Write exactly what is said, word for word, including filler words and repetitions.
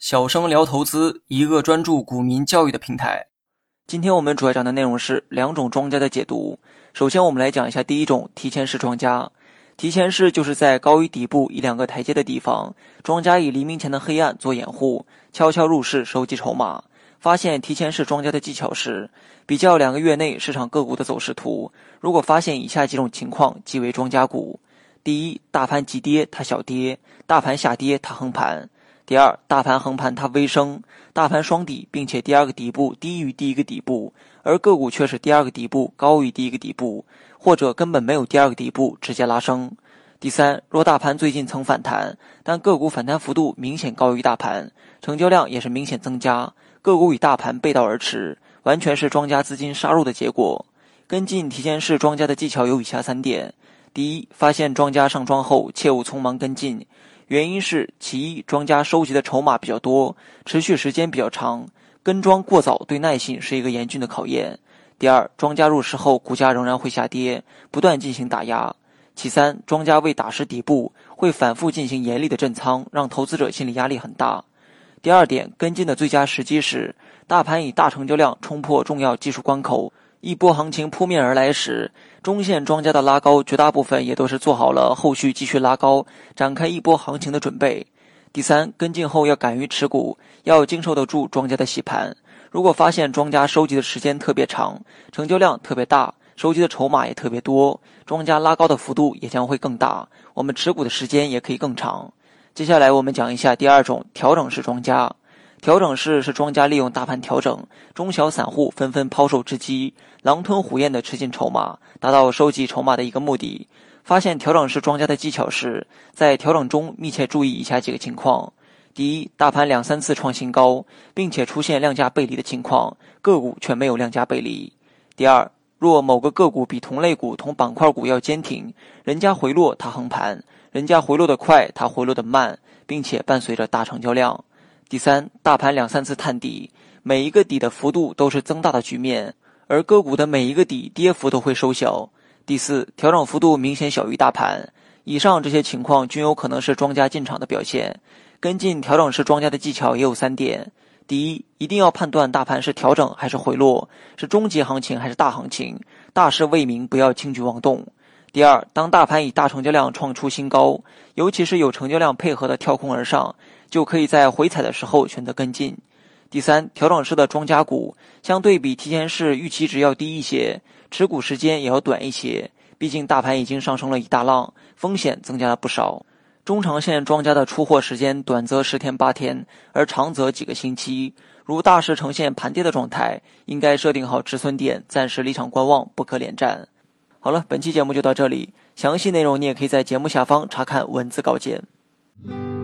小生聊投资，一个专注股民教育的平台。今天我们主要讲的内容是两种庄家的解读。首先我们来讲一下第一种提前式庄家。提前式就是在高于底部一两个台阶的地方，庄家以黎明前的黑暗做掩护，悄悄入市收集筹码。发现提前式庄家的技巧是比较两个月内市场个股的走势图，如果发现以下几种情况即为庄家股。第一，大盘急跌它小跌，大盘下跌它横盘。第二，大盘横盘它微升，大盘双底，并且第二个底部低于第一个底部，而个股却是第二个底部高于第一个底部，或者根本没有第二个底部直接拉升。第三，若大盘最近曾反弹，但个股反弹幅度明显高于大盘，成交量也是明显增加，个股与大盘背道而驰，完全是庄家资金杀入的结果。跟进提前式庄家的技巧有以下三点。第一，发现庄家上庄后切勿匆忙跟进，原因是其一，庄家收集的筹码比较多，持续时间比较长，跟庄过早对耐性是一个严峻的考验。第二，庄家入市后股价仍然会下跌，不断进行打压。其三，庄家为打实底部，会反复进行严厉的震仓，让投资者心理压力很大。第二点，跟进的最佳时机是大盘以大成交量冲破重要技术关口，一波行情扑面而来时，中线庄家的拉高绝大部分也都是做好了后续继续拉高，展开一波行情的准备。第三，跟进后要敢于持股，要经受得住庄家的洗盘。如果发现庄家收集的时间特别长，成交量特别大，收集的筹码也特别多，庄家拉高的幅度也将会更大，我们持股的时间也可以更长。接下来我们讲一下第二种调整式庄家。调整式是庄家利用大盘调整，中小散户纷纷抛售之机，狼吞虎咽地吃进筹码，达到收集筹码的一个目的。发现调整式庄家的技巧是在调整中密切注意以下几个情况。第一，大盘两三次创新高，并且出现量价背离的情况，个股却没有量价背离。第二，若某个个股比同类股同板块股要坚挺，人家回落它横盘，人家回落的快它回落的慢，并且伴随着大成交量。第三，大盘两三次探底，每一个底的幅度都是增大的局面，而个股的每一个底跌幅都会收小。第四，调整幅度明显小于大盘。以上这些情况均有可能是庄家进场的表现。跟进调整式庄家的技巧也有三点。第一，一定要判断大盘是调整还是回落，是中级行情还是大行情，大势未明，不要轻举妄动。第二，当大盘以大成交量创出新高，尤其是有成交量配合的跳空而上，就可以在回踩的时候选择跟进。第三，调整式的庄家股相对比提前式预期值要低一些，持股时间也要短一些，毕竟大盘已经上升了一大浪，风险增加了不少。中长线庄家的出货时间短则十天八天，而长则几个星期。如大势呈现盘跌的状态，应该设定好止损点，暂时离场观望，不可连战。好了，本期节目就到这里，详细内容你也可以在节目下方查看文字稿件。